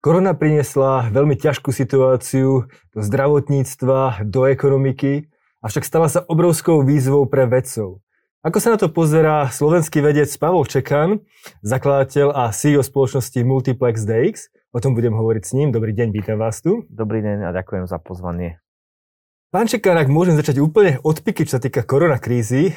Korona priniesla veľmi ťažkú situáciu do zdravotníctva, do ekonomiky, avšak stala sa obrovskou výzvou pre vedcov. Ako sa na to pozerá slovenský vedec Pavol Čekan, zakladateľ a CEO spoločnosti Multiplex DX? O tom budem hovoriť s ním. Dobrý deň, vítam vás tu. Dobrý deň a ďakujem za pozvanie. Pán Čekan, ak môžem začať úplne od piky, čo sa týka koronakrízy.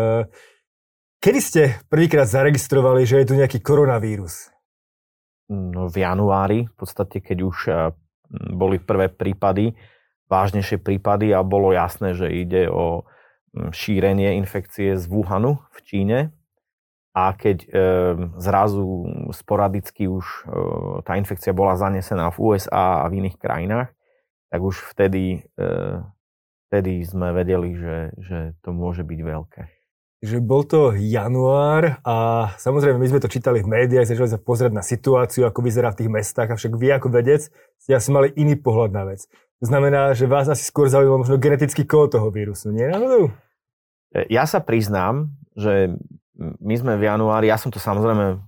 Kedy ste prvýkrát zaregistrovali, že je tu nejaký koronavírus? No, v januári, v podstate, keď už boli prvé prípady, vážnejšie prípady a bolo jasné, že ide o šírenie infekcie z Wuhanu v Číne. A keď zrazu sporadicky už tá infekcia bola zanesená v USA a v iných krajinách, tak už vtedy sme vedeli, že to môže byť veľké. Že bol to január a samozrejme my sme to čítali v médiách, začali sa pozrieť na situáciu, ako vyzerá v tých mestách, avšak vy ako vedec ste asi mali iný pohľad na vec. To znamená, že vás asi skôr zaujímal možno genetický kód toho vírusu, nie? Ja sa priznám, že my sme v januári, ja som to samozrejme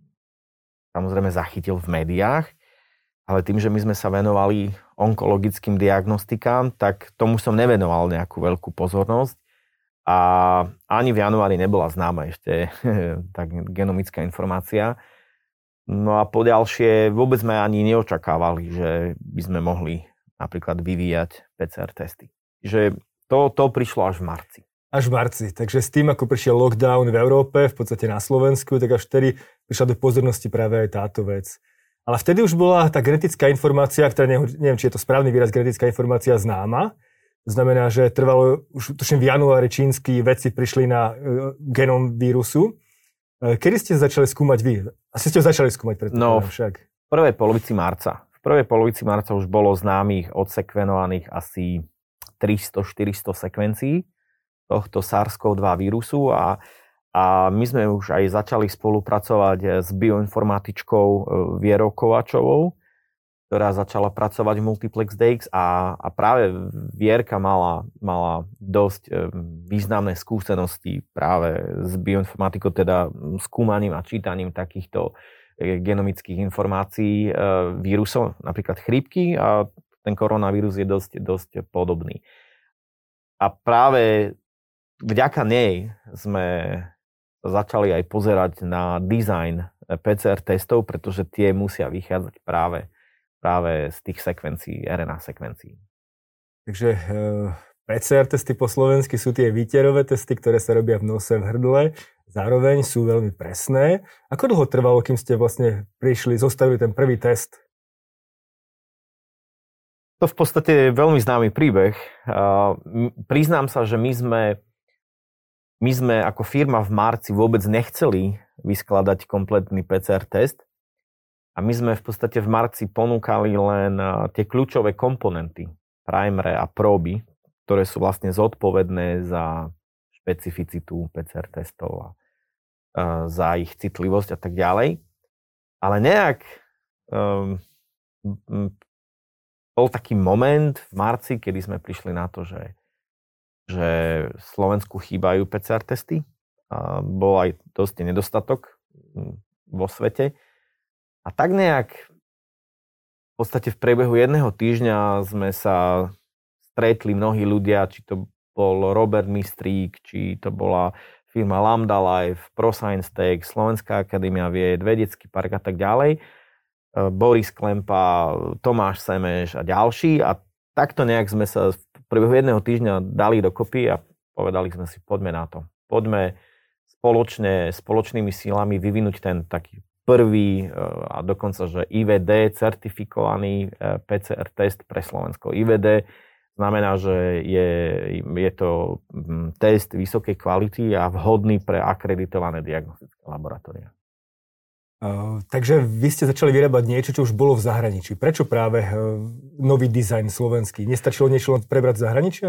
zachytil v médiách, ale tým, že my sme sa venovali onkologickým diagnostikám, tak tomu som nevenoval nejakú veľkú pozornosť. A ani v januári nebola známa ešte tá genomická informácia. No a poďalšie vôbec sme ani neočakávali, že by sme mohli napríklad vyvíjať PCR testy. Že to prišlo až v marci. Až v marci. Takže s tým, ako prišiel lockdown v Európe, v podstate na Slovensku, tak až vtedy prišla do pozornosti práve aj táto vec. Ale vtedy už bola tá genetická informácia, ktorá neviem, či je to správny výraz, genetická informácia známa. To znamená, že trvalo, už tuším v januári čínsky vedci prišli na genom vírusu. Kedy ste začali skúmať vy? Asi ste ho začali skúmať predtým, však. V prvej polovici marca. V prvej polovici marca už bolo známych odsekvenovaných asi 300-400 sekvencií tohto SARS-CoV-2 vírusu a my sme už aj začali spolupracovať s bioinformatičkou Vierou Kovačovou, ktorá začala pracovať v Multiplex DX a práve Vierka mala dosť významné skúsenosti práve s bioinformatikou, teda skúmaním a čítaním takýchto genomických informácií vírusov, napríklad chrípky, a ten koronavírus je dosť podobný. A práve vďaka nej sme začali aj pozerať na dizajn PCR testov, pretože tie musia vychádzať práve z tých sekvencií, RNA sekvencií. Takže PCR testy po slovensky sú tie výterové testy, ktoré sa robia v nose, v hrdle. Zároveň sú veľmi presné. Ako dlho trvalo, kým ste vlastne zostavili ten prvý test? To v podstate je veľmi známy príbeh. Priznám sa, že my sme ako firma v marci vôbec nechceli vyskladať kompletný PCR test. A my sme v podstate v marci ponúkali len tie kľúčové komponenty, primere a próby, ktoré sú vlastne zodpovedné za špecificitu PCR testov a za ich citlivosť a tak ďalej. Ale nejak bol taký moment v marci, kedy sme prišli na to, že Slovensku chýbajú PCR testy. Bol aj dosť nedostatok vo svete. A tak nejak v podstate v priebehu jedného týždňa sme sa stretli mnohí ľudia, či to bol Robert Mistrík, či to bola firma Lambda Life, ProScience Tech, Slovenská akadémia vied, Vedecký park a tak ďalej, Boris Klempa, Tomáš Semeš a ďalší. A takto nejak sme sa v priebehu jedného týždňa dali dokopy a povedali sme si, poďme na to. Poďme spoločnými sílami vyvinúť ten taký prvý a dokonca, že IVD certifikovaný PCR test pre Slovensko. IVD znamená, že je to test vysokej kvality a vhodný pre akreditované diagnostické laboratória. Takže vy ste začali vyrábať niečo, čo už bolo v zahraničí. Prečo práve nový dizajn slovenský? Nestačilo niečo len prebrať z zahraničia?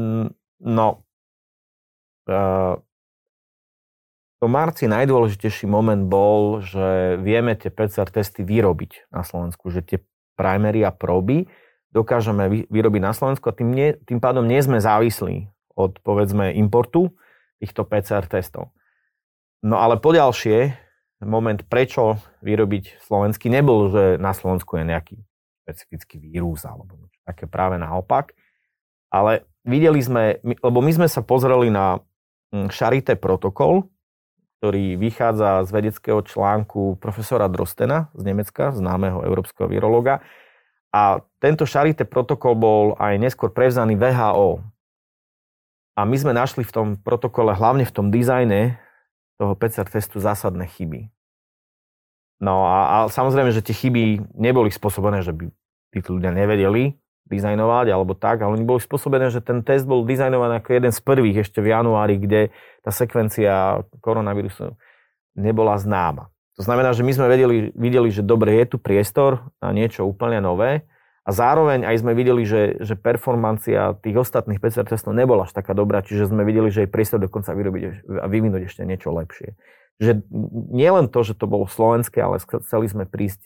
V marci najdôležitejší moment bol, že vieme tie PCR testy vyrobiť na Slovensku, že tie primery a próby dokážeme vyrobiť na Slovensku a tým pádom nie sme závislí od, povedzme, importu týchto PCR testov. No ale poďalšie, moment, prečo vyrobiť slovenský, nebol, že na Slovensku je nejaký špecifický vírus alebo niečo také, práve naopak. Ale videli sme, lebo my sme sa pozreli na Charité protokol, ktorý vychádza z vedeckého článku profesora Drostena z Nemecka, známeho európskeho virológa. A tento Charité protokol bol aj neskôr prevzaný VHO. A my sme našli v tom protokole, hlavne v tom dizajne toho PCR testu, zásadné chyby. No a samozrejme, že tie chyby neboli spôsobené, že by tí ľudia nevedeli dizajnovať alebo tak, ale oni boli spôsobené, že ten test bol dizajnovaný ako jeden z prvých ešte v januári, kde tá sekvencia koronavírusu nebola známa. To znamená, že my sme videli, že dobre, je tu priestor na niečo úplne nové a zároveň aj sme videli, že performancia tých ostatných PCR testov nebola až taká dobrá, čiže sme videli, že je priestor dokonca vyrobiť a vyvinúť ešte niečo lepšie. Že nie len to, že to bolo slovenské, ale chceli sme prísť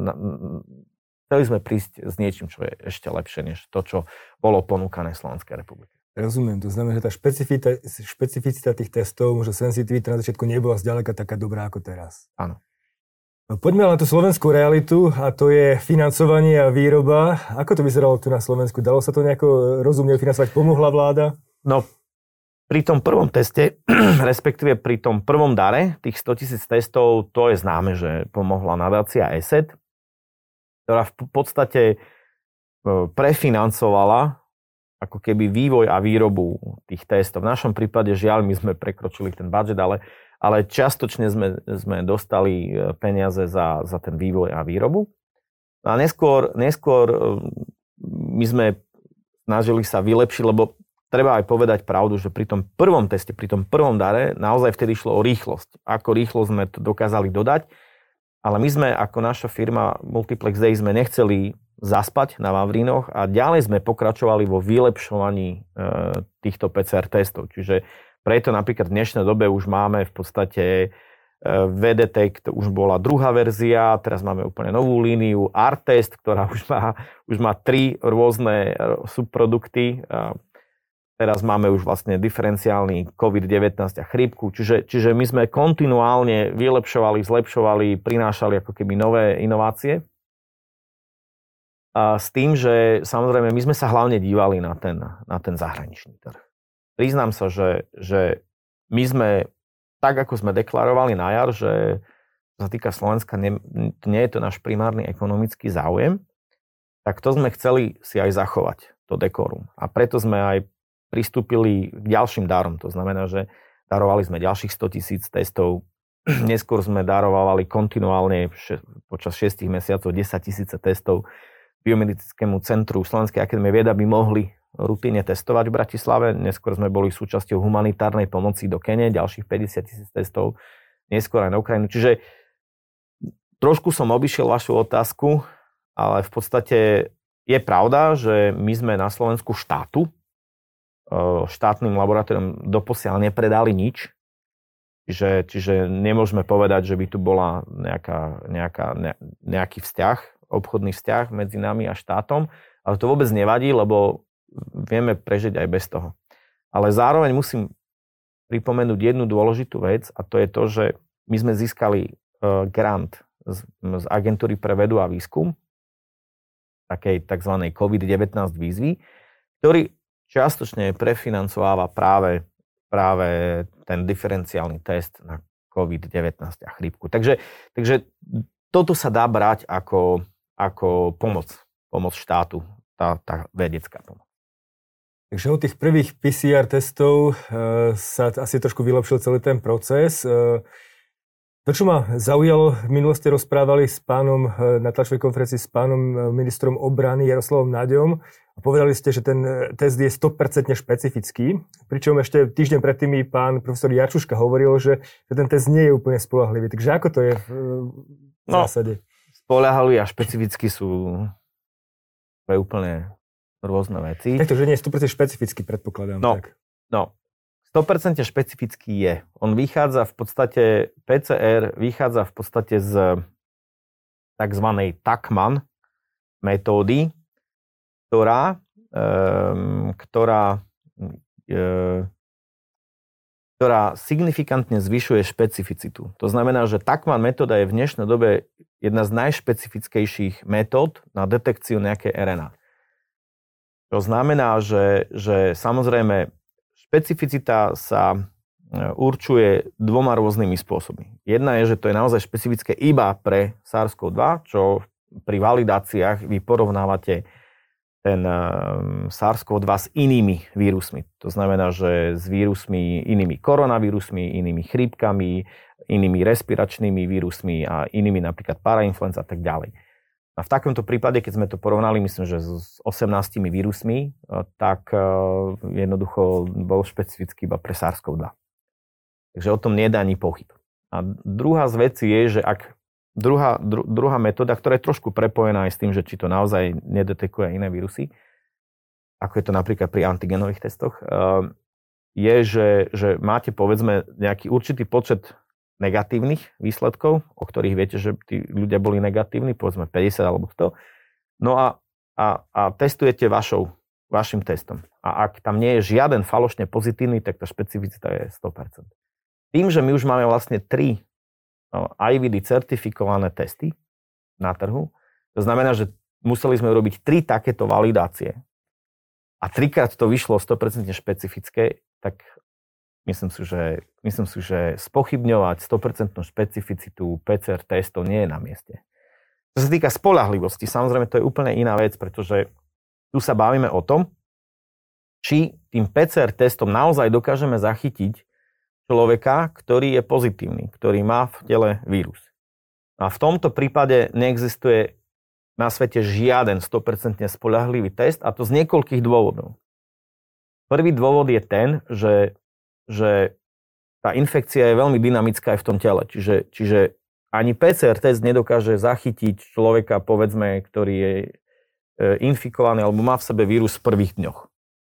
s niečím, čo je ešte lepšie, než to, čo bolo ponúkané Slovenskej republike. Rozumiem, to znamená, že tá špecificita tých testov, že senzitivita na začiatku nebola zďaleka taká dobrá ako teraz. Áno. No, poďme na tú slovenskú realitu, a to je financovanie a výroba. Ako to vyzeralo tu na Slovensku? Dalo sa to nejako rozumne financovať? Pomohla vláda? No, pri tom prvom teste, respektíve pri tom prvom dare, tých 100 000 testov, to je známe, že pomohla nadácia ESET, ktorá v podstate prefinancovala ako keby vývoj a výrobu tých testov. V našom prípade, žiaľ, my sme prekročili ten budget, ale čiastočne sme dostali peniaze za ten vývoj a výrobu. A neskôr my sme snažili sa vylepšiť, lebo treba aj povedať pravdu, že pri tom prvom teste, pri tom prvom dare, naozaj vtedy išlo o rýchlosť. Ako rýchlo sme to dokázali dodať, ale my sme ako naša firma Multiplex Day sme nechceli zaspať na Vavrínoch a ďalej sme pokračovali vo vylepšovaní týchto PCR testov. Čiže preto napríklad v dnešnej dobe už máme v podstate VDTEC, to už bola druhá verzia, teraz máme úplne novú líniu R-test, ktorá už má 3 rôzne subprodukty. Teraz máme už vlastne diferenciálny COVID-19 a chrípku, čiže my sme kontinuálne vylepšovali, zlepšovali, prinášali ako keby nové inovácie. A s tým, že samozrejme my sme sa hlavne dívali na ten zahraničný trh. Priznám sa, že my sme, tak ako sme deklarovali na jar, že čo sa týka Slovenska, nie je to náš primárny ekonomický záujem, tak to sme chceli si aj zachovať, to dekorum. A preto sme aj pristúpili k ďalším darom. To znamená, že darovali sme ďalších 100 000 testov. Neskôr sme darovali kontinuálne počas 6 mesiacov 10 000 testov Biomedickému centru Slovenskej akadémie vied, aby mohli rutine testovať v Bratislave. Neskôr sme boli súčasťou humanitárnej pomoci do Kene, ďalších 50 000 testov, neskôr aj na Ukrajinu. Čiže trošku som obišiel vašu otázku, ale v podstate je pravda, že my sme na Slovensku štátnym laboratóriom doposiaľ nepredali nič. Čiže nemôžeme povedať, že by tu bola nejaký vzťah, obchodný vzťah medzi nami a štátom, ale to vôbec nevadí, lebo vieme prežiť aj bez toho. Ale zároveň musím pripomenúť jednu dôležitú vec, a to je to, že my sme získali grant z agentúry pre vedu a výskum, takej tzv. COVID-19 výzvy, ktorý čiastočne prefinancováva práve ten diferenciálny test na COVID-19 a chrípku. Takže toto sa dá brať ako pomoc štátu, tá vedecká pomoc. Takže od tých prvých PCR testov sa asi trošku vylepšil celý ten proces. To, čo ma zaujalo, v minulosti rozprávali na tlačovej konferencii s pánom ministrom obrany Jaroslavom Naďom a povedali ste, že ten test je 100% špecifický, pričom ešte týždeň predtým mi pán profesor Jačuška hovoril, že ten test nie je úplne spoľahlivý. Takže ako to je v zásade? Spoľahlivý a špecifický sú úplne rôzne veci. Takže nie je 100% špecifický, predpokladám. Tak. 100% špecifický je. On vychádza v podstate, PCR vychádza v podstate z takzvanej Tachman metódy, ktorá ktorá signifikantne zvyšuje špecificitu. To znamená, že Taqman metóda je v dnešnej dobe jedna z najšpecifickejších metód na detekciu nejakej RNA. To znamená, že samozrejme špecificita sa určuje dvoma rôznymi spôsobmi. Jedna je, že to je naozaj špecifické iba pre SARS-CoV-2, čo pri validáciách vy porovnávate ten SARS-CoV-2 s inými vírusmi. To znamená, že s vírusmi, inými koronavírusmi, inými chrípkami, inými respiračnými vírusmi a inými napríklad parainfluenza a tak ďalej. A v takomto prípade, keď sme to porovnali, myslím, že s 18 vírusmi, tak jednoducho bol špecifický iba pre SARS-CoV-2. Takže o tom nie je ani pochyb. A druhá z vecí je, že ak druhá metóda, ktorá je trošku prepojená aj s tým, že či to naozaj nedetekuje iné vírusy, ako je to napríklad pri antigenových testoch, je, že máte povedzme nejaký určitý počet negatívnych výsledkov, o ktorých viete, že tí ľudia boli negatívni, povedzme 50 alebo 100. No a testujete vašim testom. A ak tam nie je žiaden falošne pozitívny, tak tá špecificita je 100%. Tým, že my už máme vlastne 3 IVD certifikované testy na trhu. To znamená, že museli sme urobiť 3 takéto validácie. A 3-krát to vyšlo 100% špecifické, tak myslím si, že spochybňovať 100% špecificitu PCR testov nie je na mieste. Čo sa týka spoľahlivosti, samozrejme to je úplne iná vec, pretože tu sa bavíme o tom, či tým PCR testom naozaj dokážeme zachytiť človeka, ktorý je pozitívny, ktorý má v tele vírus. A v tomto prípade neexistuje na svete žiaden 100% spoľahlivý test, a to z niekoľkých dôvodov. Prvý dôvod je ten, že tá infekcia je veľmi dynamická aj v tom tele. Čiže ani PCR test nedokáže zachytiť človeka, povedzme, ktorý je infikovaný alebo má v sebe vírus v prvých dňoch.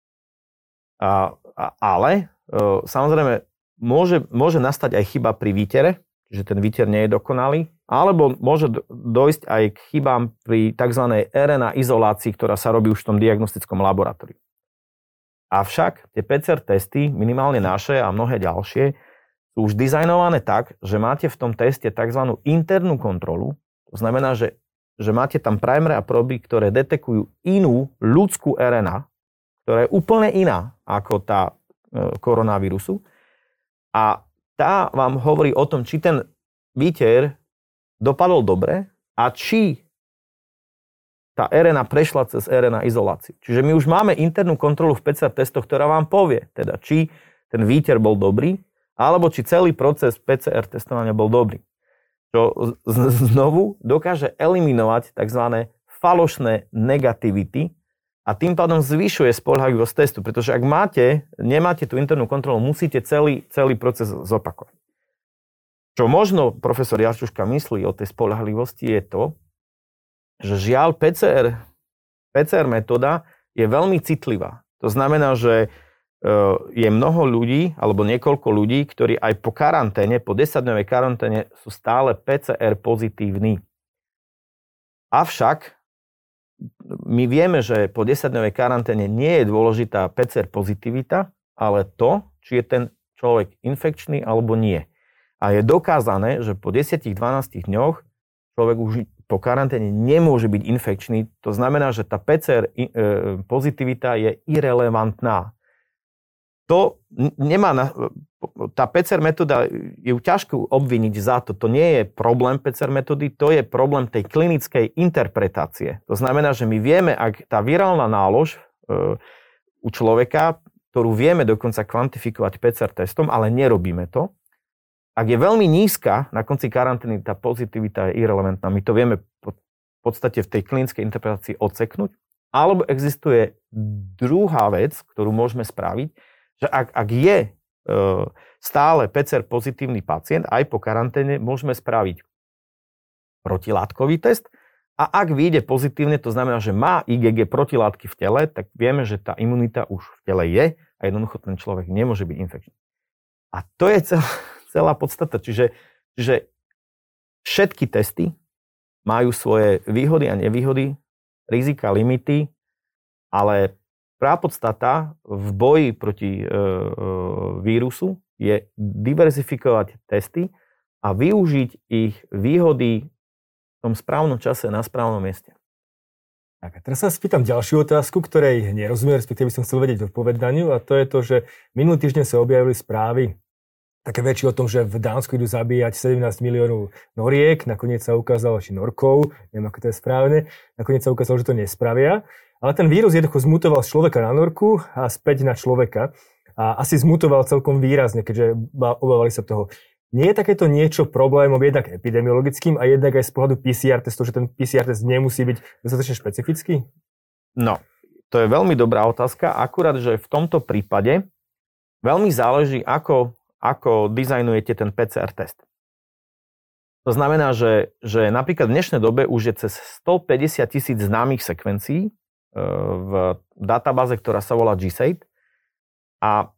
Ale samozrejme môže nastať aj chyba pri výtere, že ten výter nie je dokonalý, alebo môže dojsť aj k chybám pri tzv. RNA izolácii, ktorá sa robí už v tom diagnostickom laboratóriu. Avšak tie PCR testy, minimálne naše a mnohé ďalšie, sú už dizajnované tak, že máte v tom teste tzv. Internú kontrolu. To znamená, že máte tam primere a proby, ktoré detekujú inú ľudskú RNA, ktorá je úplne iná ako tá koronavírusu. A tá vám hovorí o tom, či ten výter dopadol dobre a či tá RNA prešla cez RNA izoláciu. Čiže my už máme internú kontrolu v PCR testoch, ktorá vám povie, teda či ten výter bol dobrý, alebo či celý proces PCR testovania bol dobrý. Čo znovu dokáže eliminovať tzv. Falošné negativity a tým pádom zvyšuje spoľahlivosť testu, pretože ak nemáte tú internú kontrolu, musíte celý proces zopakovať. Čo možno profesor Jaščuška myslí o tej spoľahlivosti je to, že žiaľ PCR metóda je veľmi citlivá. To znamená, že je mnoho ľudí, alebo niekoľko ľudí, ktorí aj po karanténe, po 10-dňovej karanténe sú stále PCR pozitívni. Avšak my vieme, že po 10-dňovej karanténe nie je dôležitá PCR pozitivita, ale to, či je ten človek infekčný alebo nie. A je dokázané, že po 10-12 dňoch človek už po karanténe nemôže byť infekčný. To znamená, že tá PCR pozitivita je irelevantná. Tá PCR metóda je ťažko obviniť za to. To nie je problém PCR metódy, to je problém tej klinickej interpretácie. To znamená, že my vieme, ak tá virálna nálož u človeka, ktorú vieme dokonca kvantifikovať PCR testom, ale nerobíme to, ak je veľmi nízka, na konci karantény tá pozitivita je irelevantná. My to vieme v podstate v tej klinickej interpretácii odseknúť. Alebo existuje druhá vec, ktorú môžeme spraviť, že ak je stále PCR pozitívny pacient, aj po karanténe môžeme spraviť protilátkový test a ak vyjde pozitívne, to znamená, že má IgG protilátky v tele, tak vieme, že tá imunita už v tele je a jednoducho ten človek nemôže byť infekčný. A to je celá podstata. Čiže všetky testy majú svoje výhody a nevýhody, rizika, limity, ale prápodstata v boji proti vírusu je diverzifikovať testy a využiť ich výhody v tom správnom čase na správnom mieste. Tak a teraz sa spýtam ďalšiu otázku, ktorej nerozumiem, respektíve by som chcel vedieť v povedaniu, a to je to, že minulý týždeň sa objavili správy také väčšie o tom, že v Dánsku idú zabíjať 17 miliónov noriek, nakoniec sa ukázalo, či norkov, neviem, ako to je správne, nakoniec sa ukázalo, že to nespravia, ale ten vírus jednoducho zmutoval z človeka na norku a späť na človeka a asi zmutoval celkom výrazne, keďže obávali sa toho. Nie je takéto niečo problémom jednak epidemiologickým a jednak aj z pohľadu PCR testu, že ten PCR test nemusí byť dostatočne špecifický? No, to je veľmi dobrá otázka, akurát, že v tomto prípade veľmi záleží, ako dizajnujete ten PCR test. To znamená, že napríklad v dnešnej dobe už je cez 150 000 známych sekvencií v databáze, ktorá sa volá GSAID a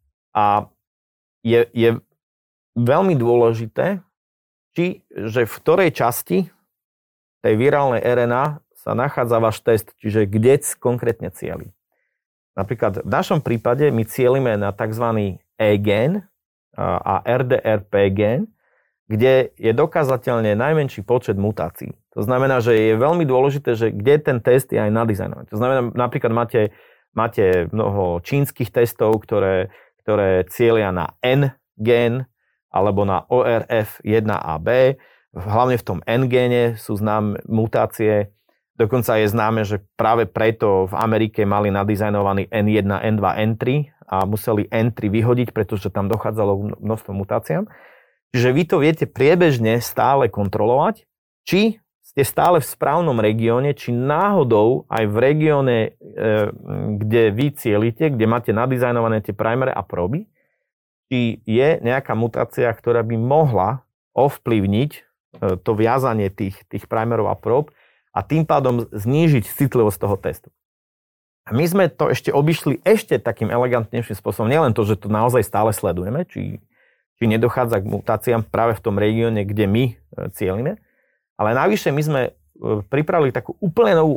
je veľmi dôležité, že v ktorej časti tej virálnej RNA sa nachádza váš test, čiže kde konkrétne cieli. Napríklad v našom prípade my cielime na tzv. E-gen a RDRP gen, kde je dokázateľne najmenší počet mutácií. To znamená, že je veľmi dôležité, že kde ten test je aj nadizajnovaný. To znamená, napríklad máte mnoho čínskych testov, ktoré cielia na N-gen, alebo na ORF1AB. Hlavne v tom N-géne sú známe mutácie. Dokonca je známe, že práve preto v Amerike mali nadizajnovaný N1, N2, N3 a museli N3 vyhodiť, pretože tam dochádzalo k množstvom mutáciám. Čiže vy to viete priebežne stále kontrolovať, či ste stále v správnom regióne, či náhodou aj v regióne, kde vy cielite, kde máte nadizajnované tie primere a proby, či je nejaká mutácia, ktorá by mohla ovplyvniť to viazanie tých primerov a prób a tým pádom znížiť citlivosť toho testu. A my sme to ešte obišli takým elegantnejším spôsobom. Nielen to, že to naozaj stále sledujeme, či nedochádza k mutáciám práve v tom regióne, kde my cielime, ale navyše my sme pripravili takú úplne novú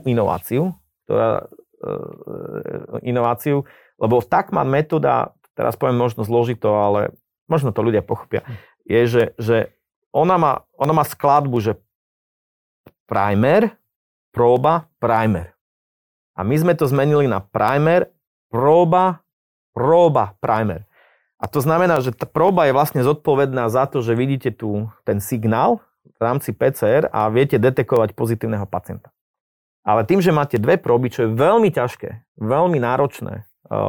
inováciu, lebo TaqMan metóda, teraz poviem možno zložito, ale možno to ľudia pochopia, je, že ona má skladbu, že primer, próba, primer. A my sme to zmenili na primer, próba, primer. A to znamená, že tá próba je vlastne zodpovedná za to, že vidíte tu ten signál v rámci PCR a viete detekovať pozitívneho pacienta. Ale tým, že máte dve próby, čo je veľmi ťažké, veľmi náročné,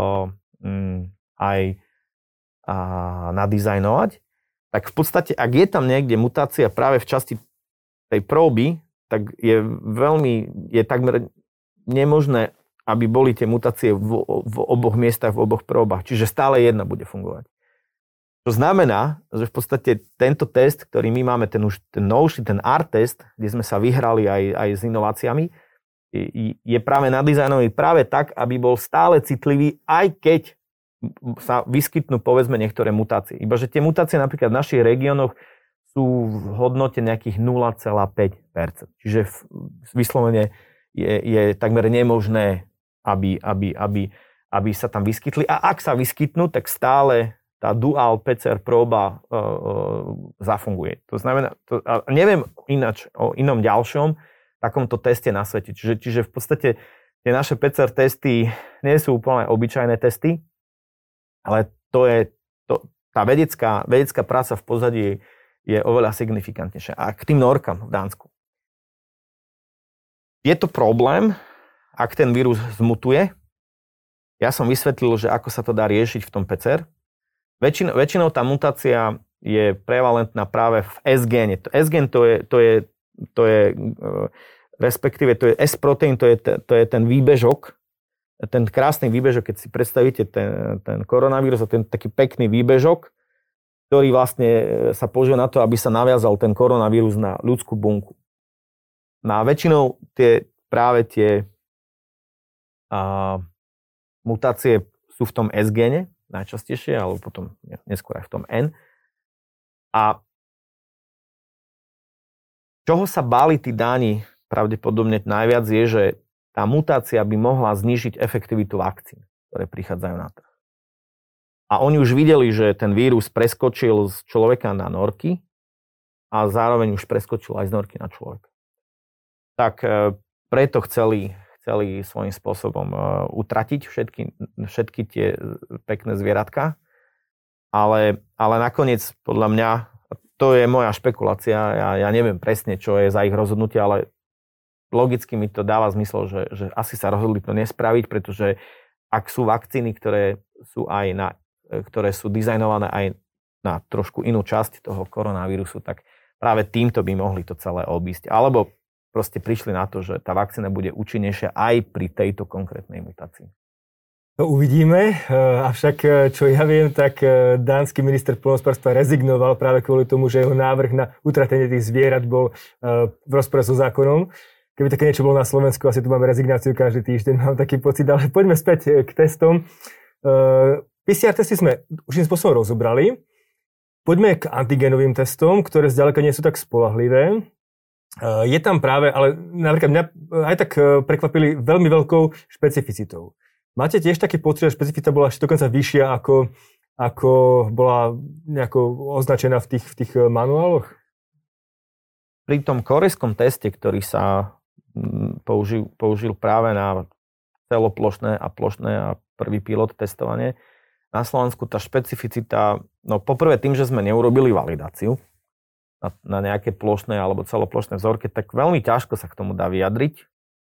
aj nadizajnovať, tak v podstate, ak je tam niekde mutácia práve v časti tej próby, tak je takmer nemožné, aby boli tie mutácie v oboch miestach, v oboch próbach. Čiže stále jedna bude fungovať. To znamená, že v podstate tento test, ktorý my máme, ten novší, ten R-test, kde sme sa vyhrali aj s inováciami, je práve nadizajnovaný práve tak, aby bol stále citlivý, aj keď sa vyskytnú, povedzme, niektoré mutácie. Iba, že tie mutácie napríklad v našich regiónoch sú v hodnote nejakých 0,5%. Čiže vyslovene je takmer nemožné, aby sa tam vyskytli. A ak sa vyskytnú, tak stále tá dual PCR próba zafunguje. To znamená, neviem ináč o inom ďalšom takomto teste na svete. Čiže v podstate tie naše PCR testy nie sú úplne obyčajné testy, ale tá vedecká práca v pozadí je oveľa signifikantnejšia. A k tým norkám v Dánsku. Je to problém, ak ten vírus zmutuje. Ja som vysvetlil, že ako sa to dá riešiť v tom PCR. Väčšinou tá mutácia je prevalentná práve v S-géne. S-gén to je respektíve to je S-proteín, to je ten výbežok, ten krásny výbežok, keď si predstavíte ten koronavírus a ten taký pekný výbežok, ktorý vlastne sa používa na to, aby sa naviazal ten koronavírus na ľudskú bunku. No a väčšinou práve tie mutácie sú v tom S-géne najčastejšie, alebo potom neskôr aj v tom N. A čoho sa báli tí Dáni pravdepodobne najviac je, že tá mutácia by mohla znížiť efektivitu vakcín, ktoré prichádzajú na trh. A oni už videli, že ten vírus preskočil z človeka na norky a zároveň už preskočil aj z norky na človeka. Tak preto chceli svojím spôsobom utratiť všetky tie pekné zvieratka. Ale nakoniec, podľa mňa, to je moja špekulácia, ja neviem presne, čo je za ich rozhodnutie, ale logicky mi to dáva zmysel, že asi sa rozhodli to nespraviť, pretože ak sú vakcíny, ktoré sú dizajnované aj na trošku inú časť toho koronavírusu, tak práve týmto by mohli to celé obísť. Alebo proste prišli na to, že tá vakcína bude účinnejšia aj pri tejto konkrétnej mutácii. To uvidíme, avšak čo ja viem, tak dánsky minister poľnohospodárstva rezignoval práve kvôli tomu, že jeho návrh na utratenie tých zvierat bol v rozpore so zákonom. Keby také niečo bolo na Slovensku, asi tu máme rezignáciu každý týždeň, mám taký pocit, ale poďme späť k testom. PCR testy sme určitým spôsobom rozobrali. Poďme k antigenovým testom, ktoré zďaleka nie sú tak spoľahlivé. Je tam práve, ale napríklad mňa aj tak prekvapili veľmi veľkou špecificitou. Máte tiež taký pocit, že špecifita bola ešte dokonca vyššia, ako bola nejako označená v tých manuáloch? Pri tom korejskom teste, ktorý sa použil práve na celoplošné a plošné a prvý pilot testovanie, na Slovensku tá špecificita, no poprvé tým, že sme neurobili validáciu na nejaké plošné alebo celoplošné vzorke, tak veľmi ťažko sa k tomu dá vyjadriť,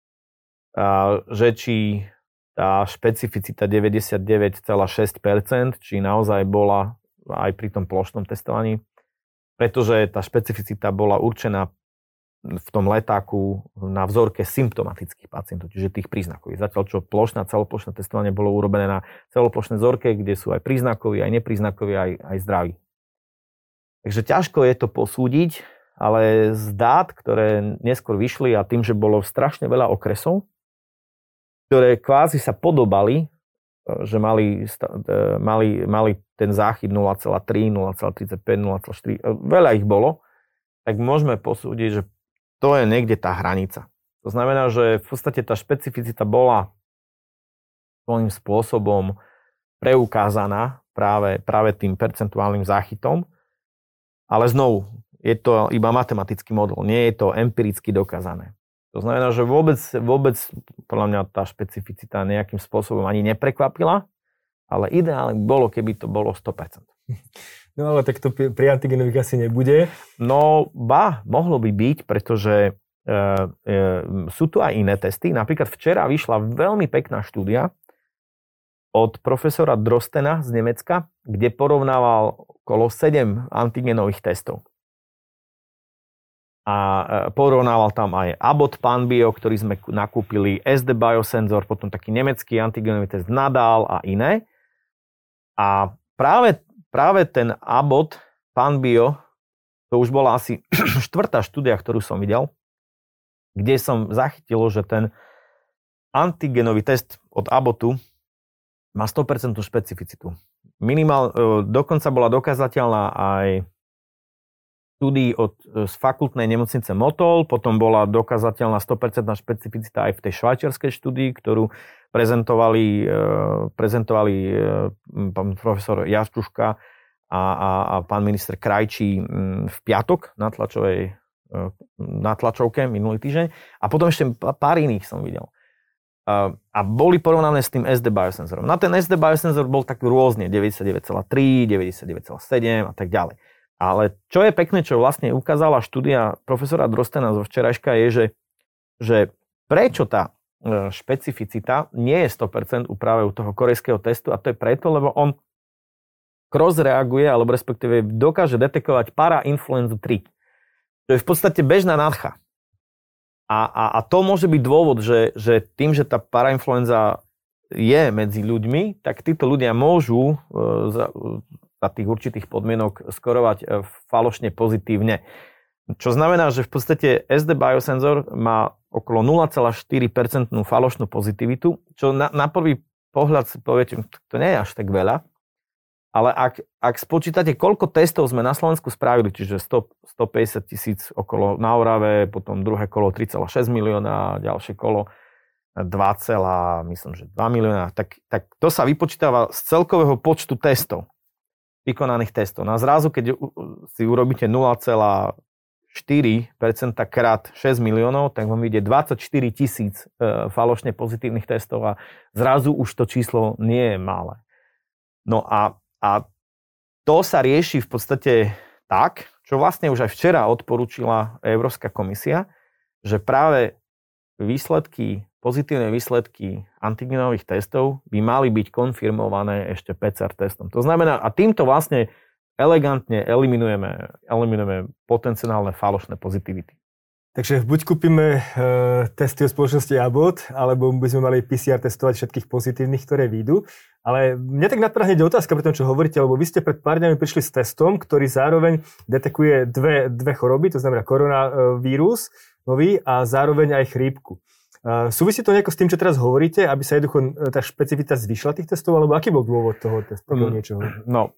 že či tá špecificita 99,6%, či naozaj bola aj pri tom plošnom testovaní, pretože tá špecificita bola určená v tom letáku na vzorke symptomatických pacientov, čiže tých príznakových. Zatiaľ, čo plošné a celoplošné testovanie bolo urobené na celoplošnej vzorke, kde sú aj príznakoví, aj nepríznakoví, aj zdraví. Takže ťažko je to posúdiť, ale z dát, ktoré neskôr vyšli a tým, že bolo strašne veľa okresov, ktoré kvázi sa podobali, že mali ten záchyt 0,3, 0,35, 0,4, veľa ich bolo, tak môžeme posúdiť, že to je niekde tá hranica. To znamená, že v podstate tá špecificita bola svojím spôsobom preukázaná práve tým percentuálnym záchytom, ale znovu, je to iba matematický model, nie je to empiricky dokázané. To znamená, že vôbec podľa mňa tá špecificita nejakým spôsobom ani neprekvapila, ale ideálne bolo, keby to bolo 100%. No ale tak to pri antigenových asi nebude. No mohlo by byť, pretože sú tu aj iné testy. Napríklad včera vyšla veľmi pekná štúdia od profesora Drostena z Nemecka, kde porovnával okolo 7 antigenových testov. A porovnával tam aj Abbott Panbio, ktorý sme nakúpili, SD Biosensor, potom taký nemecký antigenový test Nadal a iné. A práve ten Abbott Panbio, to už bola asi 4. štúdia, ktorú som videl, kde som zachytil, že ten antigenový test od Abbottu má 100% špecificitu. Dokonca bola dokázateľná aj štúdii z fakultnej nemocnice Motol, potom bola dokázateľná 100% špecificita aj v tej švajčiarskej štúdii, ktorú prezentovali pán profesor Jaščuška a pán minister Krajčí v piatok na tlačovke minulý týždeň. A potom ešte pár iných som videl. A boli porovnané s tým SD Biosensorom. Na ten SD Biosensor bol tak rôzne, 99,3, 99,7 a tak ďalej. Ale čo je pekné, čo vlastne ukázala štúdia profesora Drostena zo včerajška je, že prečo tá špecificita nie je 100% práve u toho korejského testu, a to je preto, lebo on cross reaguje, alebo respektíve dokáže detekovať parainfluenzu 3. To je v podstate bežná nadcha. A to môže byť dôvod, že tým, že tá parainfluenza je medzi ľuďmi, tak títo ľudia môžu za tých určitých podmienok skorovať falošne pozitívne. Čo znamená, že v podstate SD Biosensor má okolo 0,4% falošnú pozitivitu, čo na prvý pohľad si poviete, to nie je až tak veľa, ale ak spočítate, koľko testov sme na Slovensku spravili, čiže 150 000 okolo na Orave, potom druhé kolo 3,6 milióna, ďalšie kolo myslím, že 2 milióna, tak to sa vypočítava z celkového počtu testov, vykonaných testov. No a zrazu, keď si urobíte 0,4% krát 6 miliónov, tak vám ide 24 000 falošne pozitívnych testov a zrazu už to číslo nie je malé. No a to sa rieši v podstate tak, čo vlastne už aj včera odporúčila Európska komisia, že práve pozitívne výsledky antigenových testov by mali byť konfirmované ešte PCR testom. To znamená, a týmto vlastne elegantne eliminujeme potenciálne falošné pozitivity. Takže buď kúpime testy od spoločnosti Abbott, alebo by sme mali PCR testovať všetkých pozitívnych, ktoré vyjdú. Ale mne tak napadá hneď otázka pri tom, čo hovoríte, lebo vy ste pred pár dňami prišli s testom, ktorý zároveň detekuje dve choroby, to znamená koronavírus nový a zároveň aj chrípku. Súvisí to nejako s tým, čo teraz hovoríte, aby sa jednoducho tá špecifita zvýšila tých testov, alebo aký bol dôvod toho testu? No,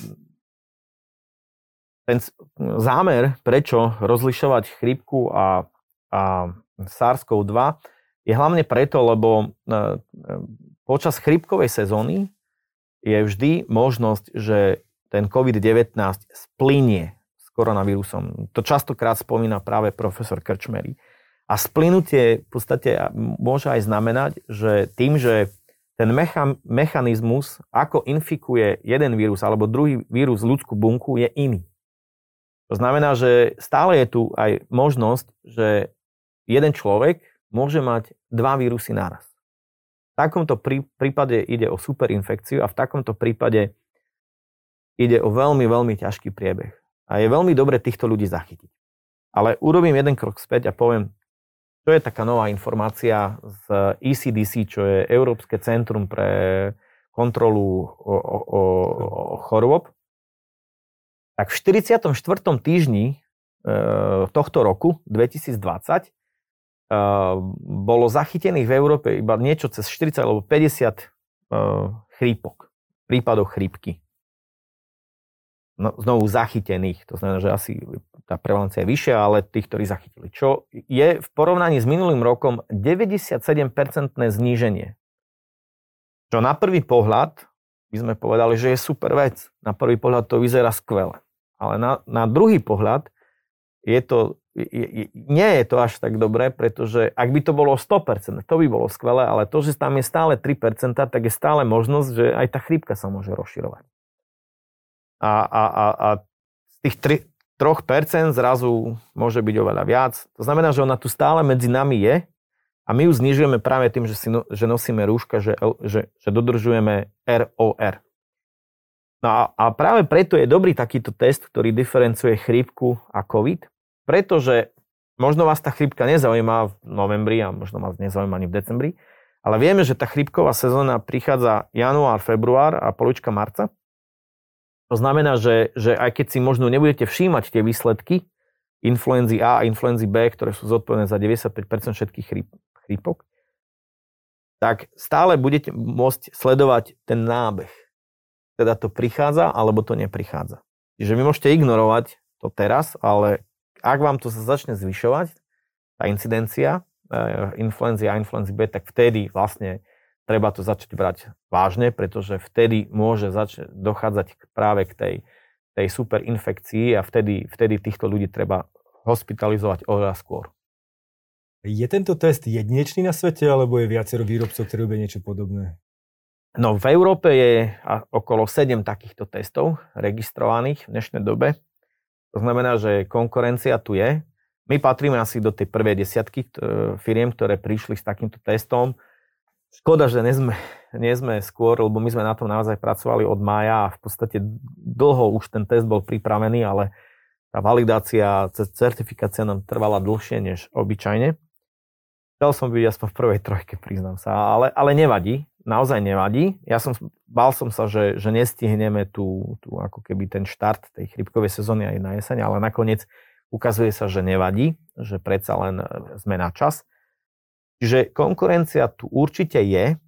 ten zámer, prečo rozlišovať chrípku a SARS-CoV-2 je hlavne preto, lebo počas chrípkovej sezóny je vždy možnosť, že ten COVID-19 splynie s koronavírusom. To častokrát spomína práve profesor Krčmery. A splynutie v podstate môže aj znamenať, že tým, že ten mechanizmus, ako infikuje jeden vírus alebo druhý vírus ľudskú bunku, je iný. To znamená, že stále je tu aj možnosť, že jeden človek môže mať 2 vírusy naraz. V takomto prípade ide o superinfekciu a v takomto prípade ide o veľmi, veľmi ťažký priebeh. A je veľmi dobre týchto ľudí zachytiť. Ale urobím jeden krok späť a poviem, čo je taká nová informácia z ECDC, čo je Európske centrum pre kontrolu chorôb. Tak v 44. týždni tohto roku, 2020, bolo zachytených v Európe iba niečo cez 40 alebo 50 prípadov chrípky. No, znovu zachytených, to znamená, že asi tá prevalencia je vyššia, ale tých, ktorí zachytili. Čo je v porovnaní s minulým rokom 97% zníženie. Čo na prvý pohľad by sme povedali, že je super vec. Na prvý pohľad to vyzerá skvele. Ale na druhý pohľad nie je to až tak dobré, pretože ak by to bolo 100%, to by bolo skvelé, ale to, že tam je stále 3%, tak je stále možnosť, že aj tá chrípka sa môže rozširovať. A z tých 3% zrazu môže byť oveľa viac. To znamená, že ona tu stále medzi nami je a my ju znižujeme práve tým, že nosíme rúška, že dodržujeme ROR. No a práve preto je dobrý takýto test, ktorý diferencuje chrípku a COVID, pretože možno vás tá chrípka nezaujíma v novembri a možno vás nezaujíma ani v decembri, ale vieme, že tá chrípková sezóna prichádza január, február a polovička marca. To znamená, že aj keď si možno nebudete všímať tie výsledky influenzy A a influenzy B, ktoré sú zodpovedné za 95% všetkých chrípok, tak stále budete môcť sledovať ten nábeh. Teda to prichádza, alebo to neprichádza. Čiže vy môžete ignorovať to teraz, ale ak vám to sa začne zvyšovať, tá incidencia influenzy A, influenzy B, tak vtedy vlastne treba to začať brať vážne, pretože vtedy môže dochádzať práve k tej superinfekcii a vtedy týchto ľudí treba hospitalizovať oveľa skôr. Je tento test jedinečný na svete, alebo je viacero výrobcov, ktorí robia niečo podobné? No v Európe je okolo 7 takýchto testov registrovaných v dnešnej dobe. To znamená, že konkurencia tu je. My patríme asi do tej prvej desiatky firiem, ktoré prišli s takýmto testom. Škoda, že nie sme skôr, lebo my sme na tom naozaj pracovali od mája a v podstate dlho už ten test bol pripravený, ale tá validácia, certifikácia nám trvala dlhšie než obyčajne. Chcel som byť aspoň v prvej trojke, priznám sa, ale nevadí, naozaj nevadí. Bál som sa, že nestihneme tu ako keby ten štart tej chrípkovej sezóny aj na jeseň, ale nakoniec ukazuje sa, že nevadí, že predsa len sme na čas. Čiže konkurencia tu určite je,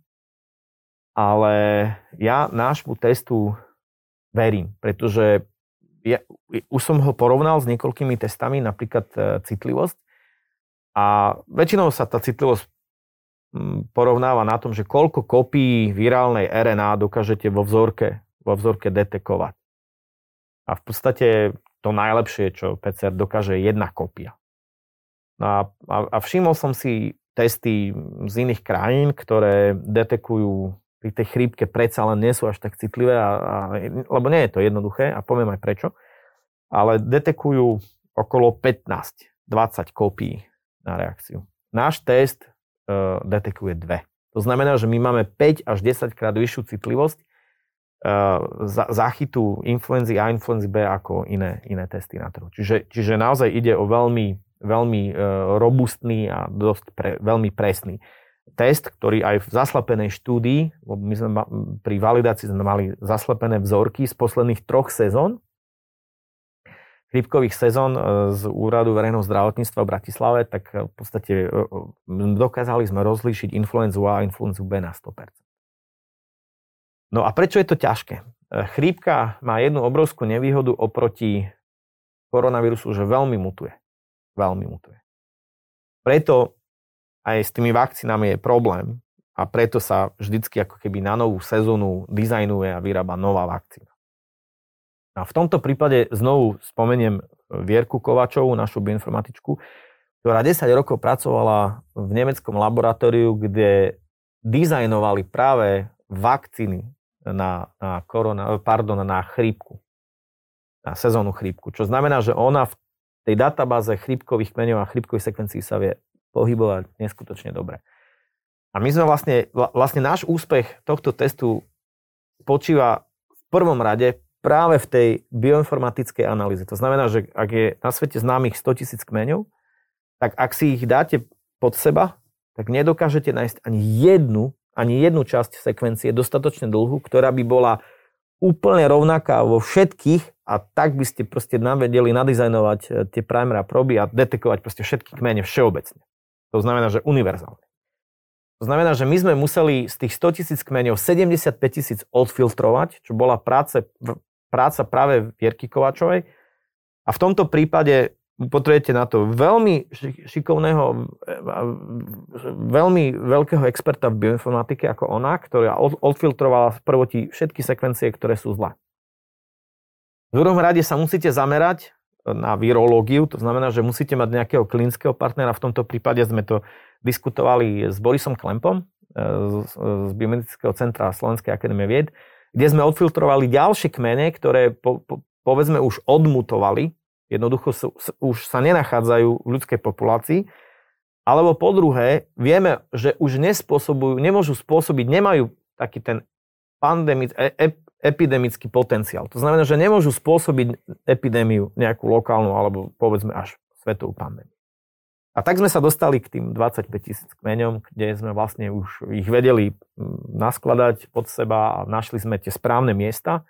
ale ja nášmu testu verím, pretože už som ho porovnal s niekoľkými testami, napríklad citlivosť. A väčšinou sa tá citlivosť porovnáva na tom, že koľko kopí virálnej RNA dokážete vo vzorke detekovať. A v podstate to najlepšie, čo PCR dokáže, je 1 kópia. No a všimol som si testy z iných krajín, ktoré detekujú pri tej chrípke, predsa len nie sú až tak citlivé, lebo nie je to jednoduché a poviem aj prečo, ale detekujú okolo 15-20 kópií na reakciu. Náš test detekuje 2. To znamená, že my máme 5 až 10 krát vyššiu citlivosť záchytu influenzy A, influenzy B ako iné testy na trhu. Čiže naozaj ide o veľmi robustný a veľmi presný test, ktorý aj v zaslepenej štúdii, my sme pri validácii sme mali zaslepené vzorky z posledných 3 sezón, chrípkových sezón z Úradu verejného zdravotníctva v Bratislave, tak v podstate dokázali sme rozlíšiť influenzu A a influenzu B na 100%. No a prečo je to ťažké? Chrípka má jednu obrovskú nevýhodu oproti koronavírusu, že veľmi mutuje. Veľmi mutuje. Preto aj s tými vakcínami je problém a preto sa vždycky ako keby na novú sezónu dizajnuje a vyrába nová vakcína. A v tomto prípade znovu spomeniem Vierku Kovačovú, našu bioinformatičku, ktorá 10 rokov pracovala v nemeckom laboratóriu, kde dizajnovali práve vakcíny na chrípku, na sezónnu chrípku. Čo znamená, že ona v tej databáze chrípkových kmeňov a chrípkových sekvencií sa vie pohybovať neskutočne dobre. A my sme vlastne náš úspech tohto testu spočíva v prvom rade práve v tej bioinformatickej analýze. To znamená, že ak je na svete známych 100 000 kmeňov, tak ak si ich dáte pod seba, tak nedokážete nájsť ani jednu časť sekvencie dostatočne dlhú, ktorá by bola úplne rovnaká vo všetkých a tak by ste proste vedeli nadizajnovať tie primer a proby a detekovať proste všetky kmene všeobecne. To znamená, že univerzálne. To znamená, že my sme museli z tých 100 000 kmeňov 75 000 odfiltrovať, čo bola práca práve Vierky Kovačovej. A v tomto prípade potrebujete na to veľmi šikovného, veľmi veľkého experta v bioinformatike ako ona, ktorá odfiltrovala v prvotí všetky sekvencie, ktoré sú zlé. V druhom rade sa musíte zamerať na virológiu, to znamená, že musíte mať nejakého klinického partnera. V tomto prípade sme to diskutovali s Borisom Klempom z Biomedického centra Slovenskej akadémie vied, kde sme odfiltrovali ďalšie kmene, ktoré povedzme už odmutovali, jednoducho už sa nenachádzajú v ľudskej populácii, alebo po druhé, vieme, že už nemôžu spôsobiť, nemajú taký ten epidemický potenciál. To znamená, že nemôžu spôsobiť epidémiu nejakú lokálnu alebo povedzme až svetovú pandémiu. A tak sme sa dostali k tým 25 000 kmeňom, kde sme vlastne už ich vedeli naskladať pod seba a našli sme tie správne miesta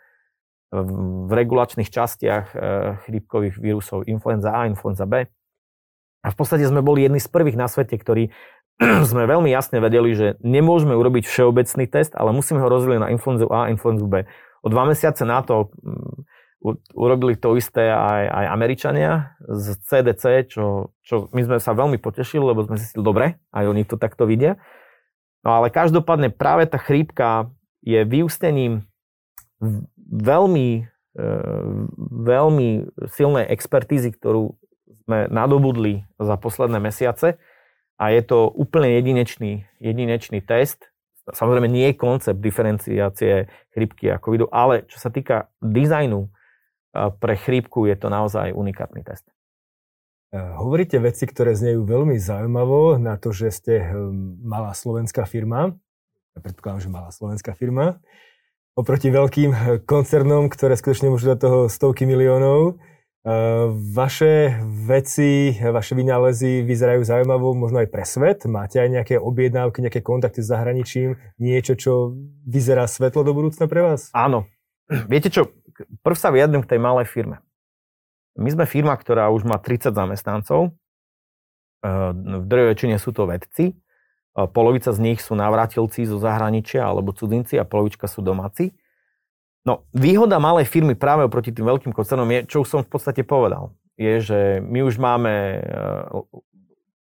v regulačných častiach chrípkových vírusov influenza A, influenza B. A v podstate sme boli jedni z prvých na svete, ktorí sme veľmi jasne vedeli, že nemôžeme urobiť všeobecný test, ale musíme ho rozdeliť na influenzu A a influenzu B. O 2 mesiace na to urobili to isté aj Američania z CDC, čo my sme sa veľmi potešili, lebo sme zistili, dobre, aj oni to takto vidia. No ale každopádne práve tá chrípka je vyústením veľmi silnej expertízy, ktorú sme nadobudli za posledné mesiace a je to úplne jedinečný test. Samozrejme nie je koncept diferenciácie chrípky a covidu, ale čo sa týka dizajnu pre chrípku, je to naozaj unikátny test. Hovoríte veci, ktoré znejú veľmi zaujímavo na to, že ste malá slovenská firma. Ja predpokladám, že malá slovenská firma. Oproti veľkým koncernom, ktoré skutočne môžu dať toho stovky miliónov. Vaše veci, vaše vynálezy vyzerajú zaujímavo možno aj pre svet? Máte aj nejaké objednávky, nejaké kontakty s zahraničím? Niečo, čo vyzerá svetlo do budúcna pre vás? Áno. Viete čo? Prv sa vyjadrím k tej malej firme. My sme firma, ktorá už má 30 zamestnancov. V druhej väčšine sú to vedci. Polovica z nich sú návratilci zo zahraničia alebo cudzinci a polovička sú domáci. No, výhoda malej firmy práve oproti tým veľkým koncernom je, čo už som v podstate povedal, je, že my už máme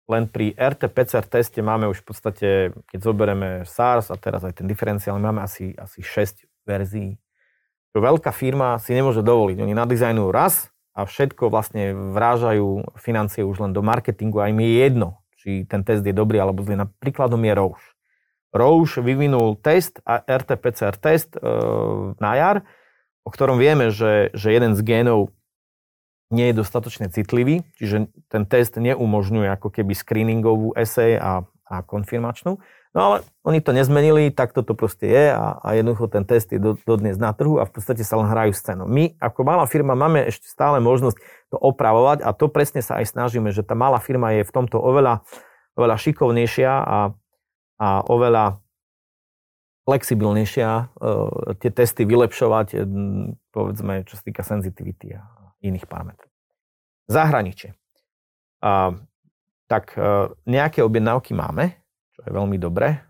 len pri RT-PCR teste máme už v podstate, keď zoberieme SARS a teraz aj ten diferenciálny, máme asi 6 verzií. Čo veľká firma si nemôže dovoliť. Oni nadizajnujú raz a všetko vlastne vrážajú financie už len do marketingu a im je jedno, či ten test je dobrý alebo zlý. Príkladom je Roche. Roche vyvinul test, RT-PCR test na jar, o ktorom vieme, že jeden z génov nie je dostatočne citlivý, čiže ten test neumožňuje ako keby screeningovú esej a konfirmačnú. No ale oni to nezmenili, tak to proste je a jednoducho ten test je dodnes na trhu a v podstate sa len hrajú s cenou. My ako malá firma máme ešte stále možnosť to opravovať a to presne sa aj snažíme, že tá malá firma je v tomto oveľa šikovnejšia a oveľa flexibilnejšia tie testy vylepšovať, povedzme, čo sa týka senzitivity a iných parametrov. Zahraničie. Tak nejaké objednávky máme, čo je veľmi dobré.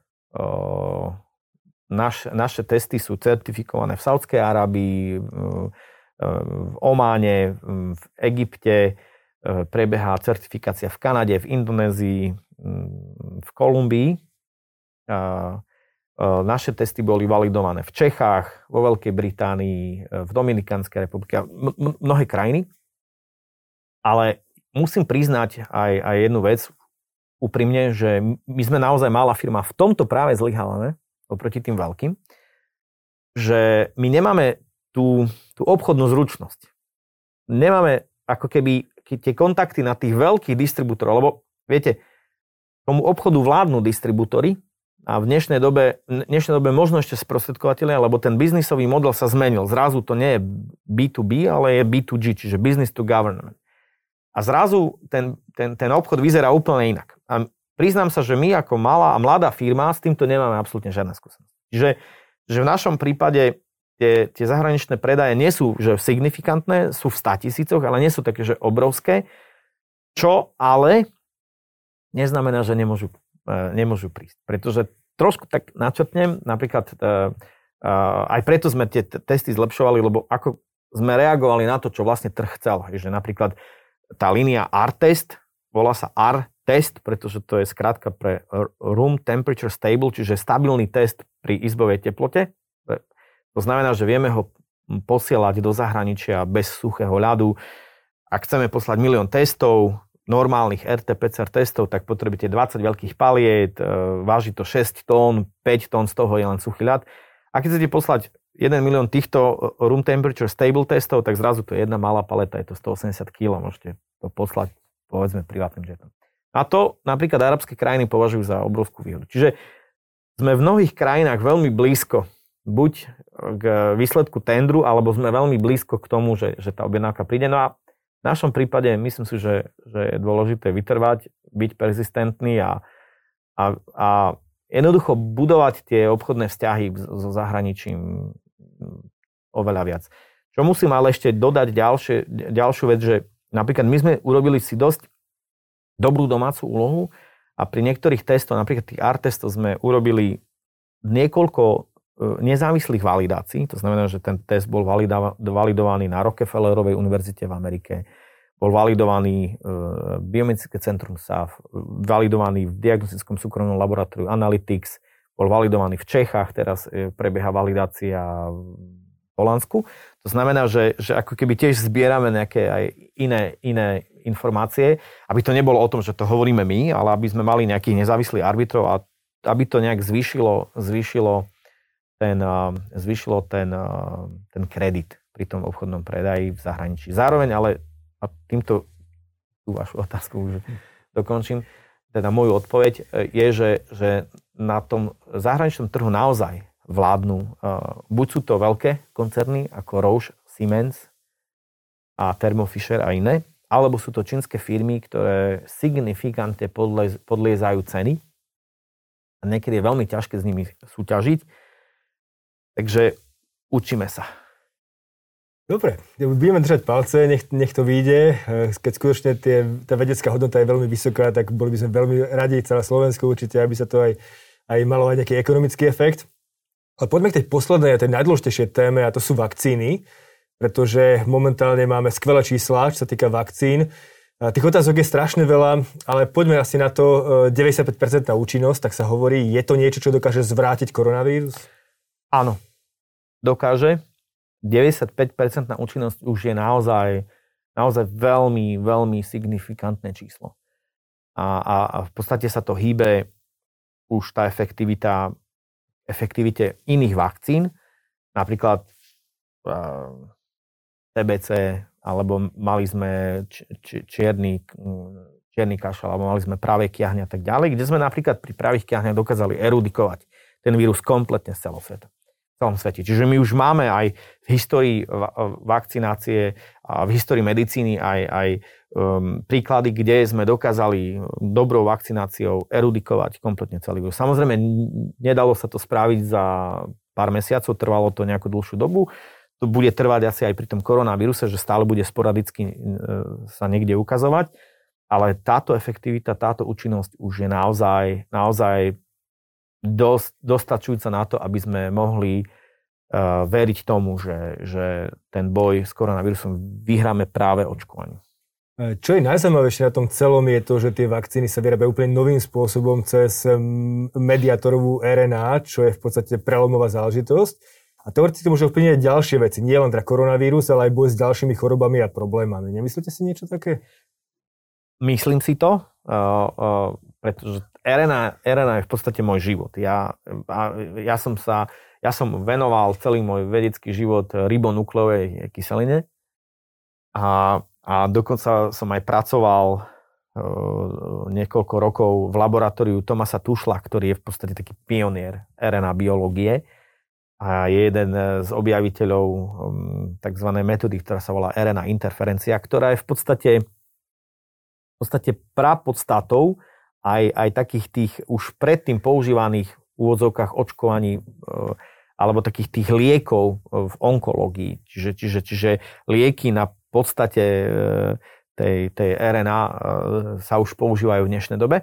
Naše testy sú certifikované v Saudskej Arábii, v Ománe, v Egypte, prebieha certifikácia v Kanade, v Indonézii, v Kolumbii. Naše testy boli validované v Čechách, vo Veľkej Británii, v Dominikánskej republike, mnohé krajiny. Ale musím priznať aj jednu vec úprimne, že my sme naozaj malá firma. V tomto práve zlyhávame oproti tým veľkým, že my nemáme tú obchodnú zručnosť. Nemáme ako keby tie kontakty na tých veľkých distribútorov, lebo viete, tomu obchodu vládnu distribútory a v dnešnej dobe možno ešte sprostredkovateľia, lebo ten biznisový model sa zmenil. Zrazu to nie je B2B, ale je B2G, čiže business to government. A zrazu ten obchod vyzerá úplne inak. A priznám sa, že my ako malá a mladá firma s týmto nemáme absolútne žiadne skúsenosti. Čiže v našom prípade tie zahraničné predaje nie sú že signifikantné, sú v 100 000, ale nie sú také, že obrovské, čo ale neznamená, že nemôžu prísť. Pretože trošku tak načrtnem, napríklad aj preto sme tie testy zlepšovali, lebo ako sme reagovali na to, čo vlastne trh chcel. Že napríklad tá línia R-test, volá sa R-test, pretože to je skrátka pre Room Temperature Stable, čiže stabilný test pri izbovej teplote. To znamená, že vieme ho posielať do zahraničia bez suchého ľadu. Ak chceme poslať 1 000 000 testov, normálnych RT-PCR testov, tak potrebujete 20 veľkých paliet, váži to 6 tón, 5 tón z toho je len suchý ľad. A keď chcete poslať 1 000 000 týchto room temperature stable testov, tak zrazu to je jedna malá paleta, je to 180 kg, môžete to poslať, povedzme, privátnym jetom. A to napríklad arabské krajiny považujú za obrovskú výhodu. Čiže sme v mnohých krajinách veľmi blízko buď k výsledku tendru, alebo sme veľmi blízko k tomu, že tá objednávka príde. No a v našom prípade myslím si, že je dôležité vytrvať, byť persistentný a jednoducho budovať tie obchodné vzťahy so zahraničím oveľa viac. Čo musím ale ešte dodať ďalšiu vec, že napríklad my sme urobili si dosť dobrú domácu úlohu a pri niektorých testoch, napríklad tých R-testov sme urobili niekoľko nezávislých validácií. To znamená, že ten test bol validovaný na Rockefellerovej univerzite v Amerike, bol validovaný v Biomedické centrum SAF, validovaný v diagnostickom súkromnom laboratóriu Analytics, bol validovaný v Čechách, teraz prebieha validácia v Holandsku. To znamená, že ako keby tiež zbierame nejaké aj iné informácie, aby to nebolo o tom, že to hovoríme my, ale aby sme mali nejakých nezávislých arbitrov a aby to nejak zvýšilo ten kredit pri tom obchodnom predaji v zahraničí. Zároveň ale, a týmto tú vašu otázku už dokončím, teda moju odpoveď je, že na tom zahraničnom trhu naozaj vládnu, buď sú to veľké koncerny ako Roche, Siemens a Thermo Fisher a iné, alebo sú to čínske firmy, ktoré signifikantne podliezajú ceny a niekedy je veľmi ťažké s nimi súťažiť. Takže učíme sa. Dobre, budeme držať palce, nech to vyjde. Keď skutočne tá vedecká hodnota je veľmi vysoká, tak boli by sme veľmi radi, celé Slovensko určite, aby sa to aj malo aj nejaký ekonomický efekt. Ale poďme k tej poslednej a tej najdôležitejšej téme, a to sú vakcíny, pretože momentálne máme skvelé čísla, čo sa týka vakcín. Tých otázok je strašne veľa, ale poďme asi na to 95% účinnosť, tak sa hovorí, je to niečo, čo dokáže zvrátiť koronavírus? Áno, dokáže. 95% účinnosť už je naozaj veľmi, veľmi signifikantné číslo. A v podstate sa to hýbe už tá efektivite iných vakcín, napríklad TBC, alebo mali sme čierny kašľ, alebo mali sme pravé kiahne a tak ďalej, kde sme napríklad pri pravých kiahniach dokázali erudikovať ten vírus kompletne z celom svete. Čiže my už máme aj v histórii vakcinácie a v histórii medicíny aj príklady, kde sme dokázali dobrou vakcináciou erudikovať kompletne celý vírus. Samozrejme, nedalo sa to spraviť za pár mesiacov, trvalo to nejakú dlhšiu dobu. To bude trvať asi aj pri tom koronavíruse, že stále bude sporadicky sa niekde ukazovať, ale táto efektivita, táto účinnosť už je naozaj dostačujúca na to, aby sme mohli veriť tomu, že ten boj s koronavírusom vyhráme práve očkovaním. Čo je najzaujímavejšie na tom celom je to, že tie vakcíny sa vyrábajú úplne novým spôsobom cez mediátorovú RNA, čo je v podstate prelomová záležitosť. A teoreticky môže ovplyvniť aj ďalšie veci. Nie len teda koronavírus, ale aj boj s ďalšími chorobami a problémami. Nemyslíte si niečo také? Myslím si to, pretože RNA je v podstate môj život. Ja som venoval celý môj vedecký život ribonukleovej kyseline a dokonca som aj pracoval niekoľko rokov v laboratóriu Thomasa Tuchla, ktorý je v podstate taký pionier RNA biológie a je jeden z objaviteľov tzv. Metódy, ktorá sa volá RNA interferencia, ktorá je v podstate prapodstatou aj takých tých už predtým používaných v úvodzovkách očkovaní alebo takých tých liekov v onkológii. Čiže lieky na podstate tej RNA sa už používajú v dnešnej dobe.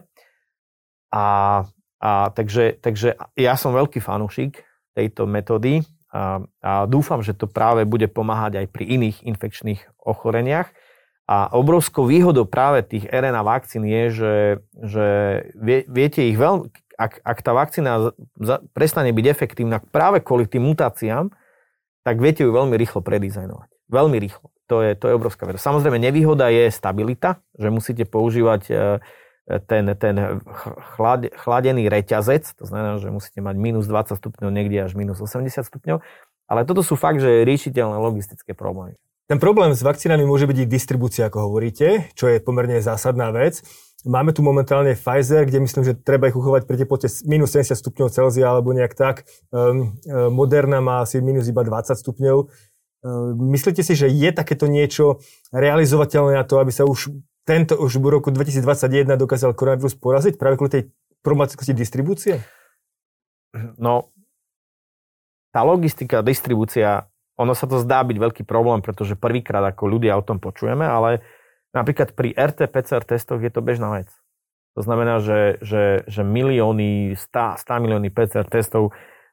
Takže ja som veľký fanúšik tejto metódy a dúfam, že to práve bude pomáhať aj pri iných infekčných ochoreniach. A obrovskou výhodou práve tých RNA vakcín je, že viete ich veľmi, ak tá vakcína prestane byť efektívna práve kvôli tým mutáciám, tak viete ju veľmi rýchlo predizajnovať. Veľmi rýchlo. To je obrovská vec. Samozrejme, nevýhoda je stabilita, že musíte používať ten chladený reťazec, to znamená, že musíte mať minus 20 stupňov, niekde až minus 80 stupňov, ale toto sú fakt, že riešiteľné logistické problémy. Ten problém s vakcínami môže byť ich distribúcia, ako hovoríte, čo je pomerne zásadná vec. Máme tu momentálne Pfizer, kde myslím, že treba ich uchovať pri teplote minus 70 stupňov Celzia alebo nejak tak. Moderna má asi minus iba 20 stupňov. Myslíte si, že je takéto niečo realizovateľné na to, aby sa už v roku 2021 dokázal koronavírus poraziť práve kvôli tej problematikosti distribúcie? No, tá logistika, distribúcia, ono sa to zdá byť veľký problém, pretože prvýkrát ako ľudia o tom počujeme, ale napríklad pri RT-PCR testoch je to bežná vec. To znamená, že milióny, 100 milióny PCR testov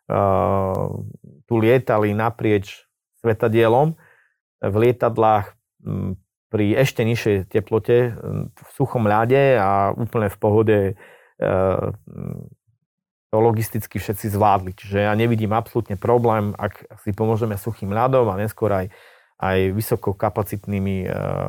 tu lietali naprieč svetadielom v lietadlách pri ešte nižšej teplote, v suchom ľade a úplne v pohode to logisticky všetci zvládli. Čiže ja nevidím absolútne problém, ak si pomôžeme suchým ľadom a neskôr aj vysokokapacitnými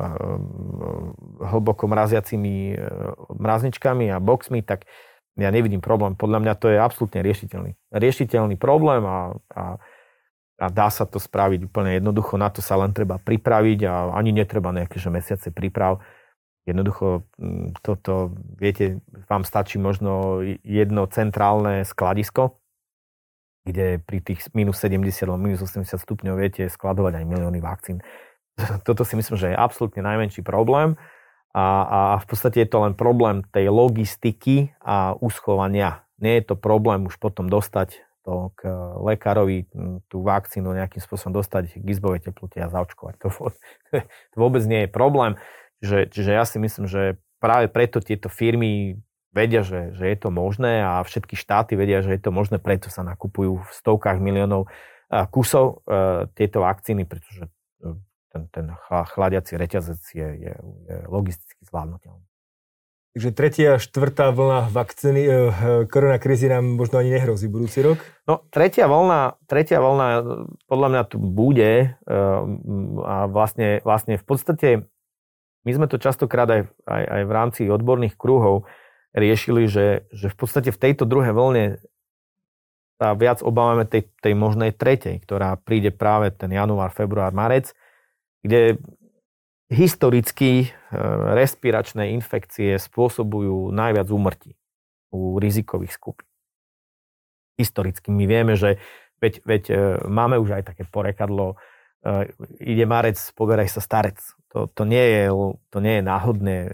hlboko mraziacimi mrazničkami a boxmi, tak ja nevidím problém. Podľa mňa to je absolútne riešiteľný problém a dá sa to spraviť úplne jednoducho. Na to sa len treba pripraviť a ani netreba nejaké mesiace príprav. Jednoducho toto, viete, vám stačí možno jedno centrálne skladisko, kde pri tých minus 70 alebo minus 80 stupňov viete skladovať aj milióny vakcín. Toto si myslím, že je absolútne najmenší problém a v podstate je to len problém tej logistiky a uschovania. Nie je to problém už potom dostať to k lekárovi, tú vakcínu nejakým spôsobom dostať k izbovej teplote a zaočkovať. To vôbec nie je problém. Čiže ja si myslím, že práve preto tieto firmy vedia, že je to možné a všetky štáty vedia, že je to možné, preto sa nakupujú v stovkách miliónov kusov tieto vakcíny, pretože ten chladiaci reťazec je logisticky zvládnutelný. Takže tretia a štvrtá vlna vakcíny, koronakrízy nám možno ani nehrozí budúci rok? No, tretia vlna podľa mňa tu bude a vlastne v podstate my sme to častokrát aj v rámci odborných kruhov riešili, že v podstate v tejto druhej vlne sa viac obávame tej možnej tretej, ktorá príde práve ten január, február, marec, kde historicky respiračné infekcie spôsobujú najviac úmrtí u rizikových skupín. Historicky my vieme, že veď máme už aj také porekadlo, ide marec, poberaj sa starec. To nie je náhodné,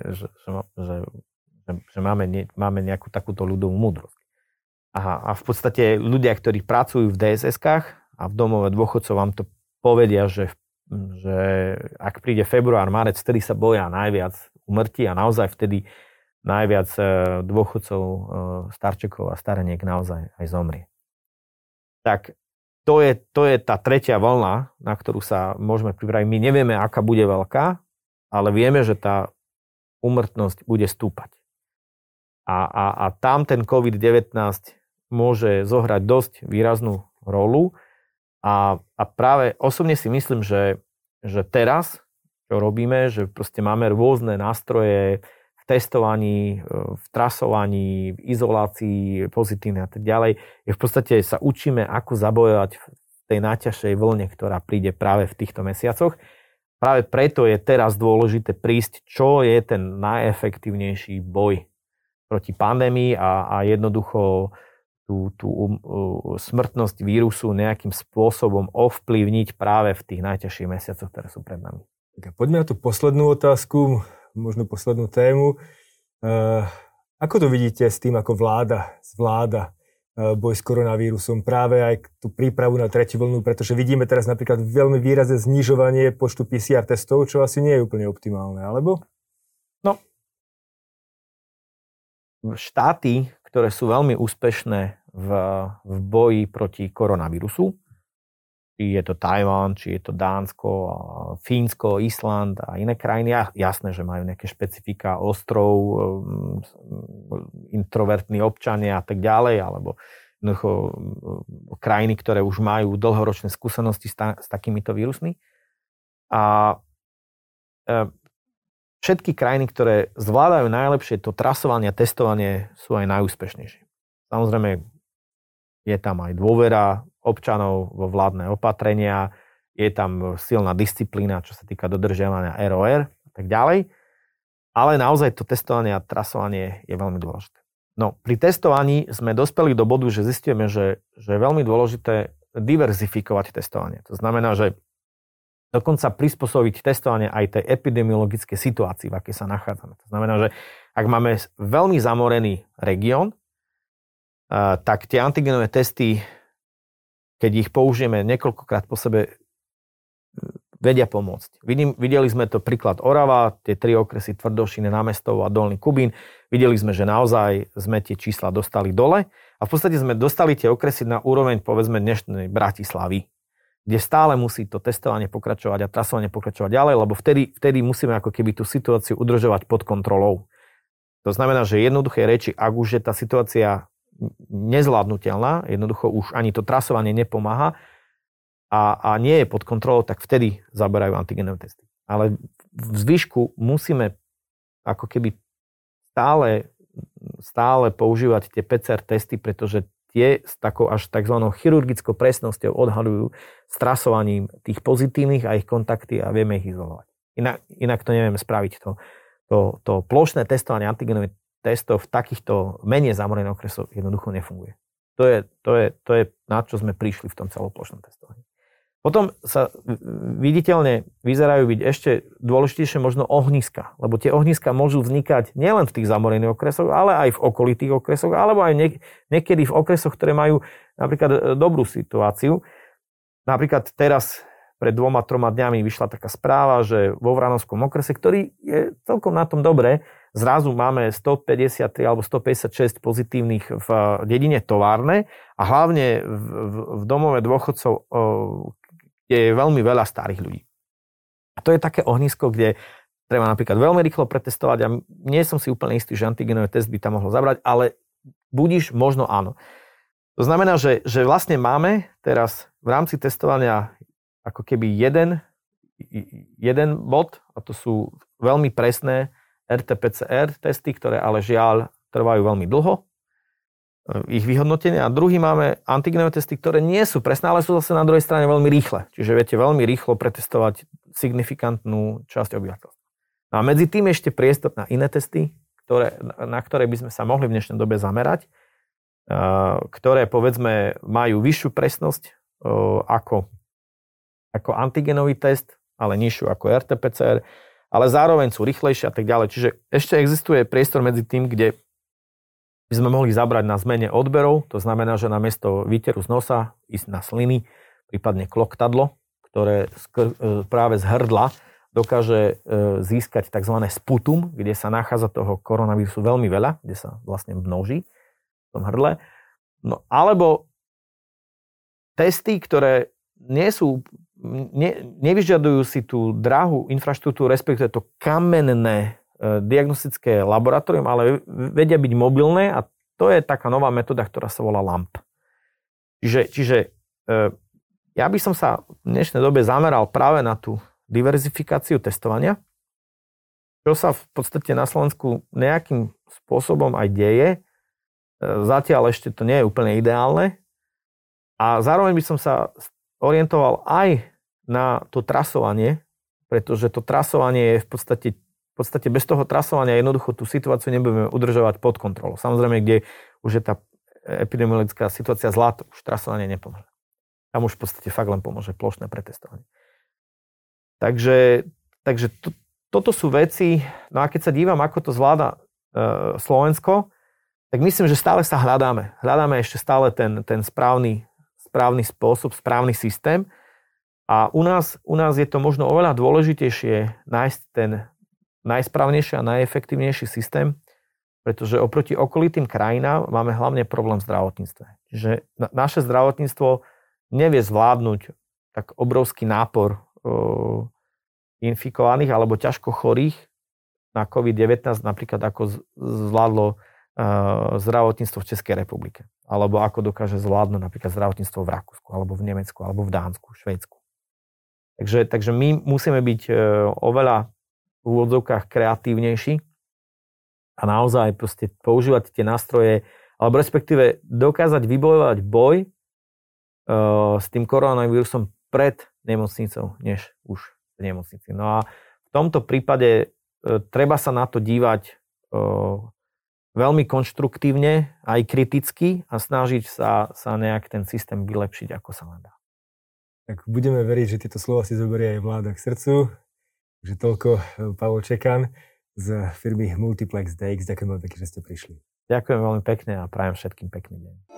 že máme nejakú takúto ľudovú múdrosť. A v podstate ľudia, ktorí pracujú v DSS-kách a v domove dôchodcov vám to povedia, že ak príde február, marec, vtedy sa boja najviac úmrtí a naozaj vtedy najviac dôchodcov, starčekov a stareniek naozaj aj zomrie. Tak to je tá tretia vlna, na ktorú sa môžeme pripraviť. My nevieme, aká bude veľká, ale vieme, že tá úmrtnosť bude stúpať. A tam ten COVID-19 môže zohrať dosť výraznú rolu. A práve osobne si myslím, že teraz, čo robíme, že proste máme rôzne nástroje v testovaní, v trasovaní, v izolácii pozitívnej a tak ďalej, je v podstate sa učíme, ako zabojovať v tej najťažšej vlne, ktorá príde práve v týchto mesiacoch. Práve preto je teraz dôležité prísť, čo je ten najefektívnejší boj proti pandémii a jednoducho tú smrtnosť vírusu nejakým spôsobom ovplyvniť práve v tých najťažších mesiacoch, ktoré sú pred nami. Tak poďme na tú poslednú otázku, možno poslednú tému. Ako to vidíte s tým, ako vláda zvláda boj s koronavírusom, práve aj tú prípravu na tretiu vlnu, pretože vidíme teraz napríklad veľmi výrazné znižovanie počtu PCR testov, čo asi nie je úplne optimálne, alebo? No, štáty, ktoré sú veľmi úspešné v boji proti koronavírusu, či je to Tajván, či je to Dánsko, Fínsko, Island a iné krajiny. Jasné, že majú nejaké špecifika ostrov, introvertní občania a tak ďalej, alebo krajiny, ktoré už majú dlhoročné skúsenosti s takýmito vírusmi. A všetky krajiny, ktoré zvládajú najlepšie to trasovanie a testovanie, sú aj najúspešnejšie. Samozrejme, je tam aj dôvera občanov vo vládne opatrenia, je tam silná disciplína, čo sa týka dodržiavania ROR a tak ďalej. Ale naozaj to testovanie a trasovanie je veľmi dôležité. No, pri testovaní sme dospeli do bodu, že zistíme, že je veľmi dôležité diverzifikovať testovanie. To znamená, že dokonca prispôsobiť testovanie aj tej epidemiologickej situácii, v akej sa nachádzame. To znamená, že ak máme veľmi zamorený región, tak tie antigenové testy, keď ich použijeme niekoľkokrát po sebe, vedia pomôcť. Videli sme to príklad Orava, tie 3 okresy Tvrdošín, Námestov a Dolný Kubín. Videli sme, že naozaj sme tie čísla dostali dole a v podstate sme dostali tie okresy na úroveň, povedzme, dnešnej Bratislavy, kde stále musí to testovanie pokračovať a trasovanie pokračovať ďalej, lebo vtedy musíme ako keby tú situáciu udržovať pod kontrolou. To znamená, že jednoduché reči, ak už je tá situácia nezvládnutelná, jednoducho už ani to trasovanie nepomáha a nie je pod kontrolou, tak vtedy zaberajú antigenové testy. Ale v zvyšku musíme ako keby stále používať tie PCR testy, pretože tie s takou až takzvanou chirurgickou presnosťou odhalujú s trasovaním tých pozitívnych a ich kontakty a vieme ich izolovať. Inak to nevieme spraviť. To plošné testovanie antigenových testov v takýchto menej zamorených okresoch jednoducho nefunguje. To je na čo sme prišli v tom celoplošnom testovaní. Potom sa viditeľne vyzerajú byť ešte dôležitejšie možno ohniska, lebo tie ohniska môžu vznikať nielen v tých zamorených okresoch, ale aj v okolitých okresoch, alebo aj niekedy v okresoch, ktoré majú napríklad dobrú situáciu. Napríklad teraz pred 2-3 dňami vyšla taká správa, že vo Vranovskom okrese, ktorý je celkom na tom dobre, zrazu máme 153 alebo 156 pozitívnych v dedine Továrne a hlavne v domove dôchodcov, kde je veľmi veľa starých ľudí. A to je také ohnisko, kde treba napríklad veľmi rýchlo pretestovať a nie som si úplne istý, že antigenový test by tam mohol zabrať, ale budíš, možno áno. To znamená, že vlastne máme teraz v rámci testovania ako keby jeden bod, a to sú veľmi presné RT-PCR testy, ktoré ale žiaľ trvajú veľmi dlho, ich vyhodnotenie. A druhý máme antigenové testy, ktoré nie sú presné, ale sú zase na druhej strane veľmi rýchle. Čiže viete veľmi rýchlo pretestovať signifikantnú časť obyvateľstva. No a medzi tým ešte priestor na iné testy, na ktoré by sme sa mohli v dnešnej dobe zamerať, ktoré povedzme majú vyššiu presnosť ako antigenový test, ale nižšiu ako RT-PCR, ale zároveň sú rýchlejšie a tak ďalej. Čiže ešte existuje priestor medzi tým, kde by sme mohli zabrať na zmene odberov, to znamená, že namiesto výteru z nosa ísť na sliny, prípadne kloktadlo, ktoré práve z hrdla dokáže získať tzv. Sputum, kde sa nachádza toho koronavírusu veľmi veľa, kde sa vlastne množí v tom hrdle. No, alebo testy, ktoré nevyžadujú si tú drahú infraštruktúru, respektíve to kamenné diagnostické laboratórium, ale vedia byť mobilné a to je taká nová metóda, ktorá sa volá LAMP. Čiže ja by som sa v dnešnej dobe zameral práve na tú diverzifikáciu testovania, čo sa v podstate na Slovensku nejakým spôsobom aj deje. Zatiaľ ešte to nie je úplne ideálne. A zároveň by som sa orientoval aj na to trasovanie, pretože to trasovanie je v podstate bez toho trasovania jednoducho tú situáciu nebudeme udržovať pod kontrolou. Samozrejme, kde už je tá epidemiologická situácia zlá, už trasovanie nepomôže. Tam už v podstate fakt len pomôže plošné pretestovanie. Takže toto sú veci, no a keď sa dívam, ako to zvláda Slovensko, tak myslím, že stále sa hľadáme. Hľadáme ešte stále ten správny spôsob, správny systém. A u nás je to možno oveľa dôležitejšie nájsť ten najsprávnejší a najefektívnejší systém, pretože oproti okolitým krajinám máme hlavne problém v zdravotníctve. Čiže naše zdravotníctvo nevie zvládnuť tak obrovský nápor infikovaných alebo ťažko chorých na COVID-19, napríklad ako zvládlo zdravotníctvo v Českej republike. Alebo ako dokáže zvládnuť napríklad zdravotníctvo v Rakúsku, alebo v Nemecku, alebo v Dánsku, Švédsku. Takže my musíme byť oveľa v úvodzovkách kreatívnejší a naozaj proste používať tie nástroje, alebo respektíve dokázať vybojovať boj s tým koronavírusom pred nemocnicou, než už v nemocnici. No a v tomto prípade treba sa na to dívať veľmi konštruktívne, aj kriticky a snažiť sa nejak ten systém vylepšiť, ako sa len dá. Tak budeme veriť, že tieto slova si zoberie aj vláda k srdcu. Takže toľko Pavol Čekan z firmy Multiplex DX. Ďakujem veľmi pekne, že ste prišli. Ďakujem veľmi pekne a prajem všetkým pekný deň.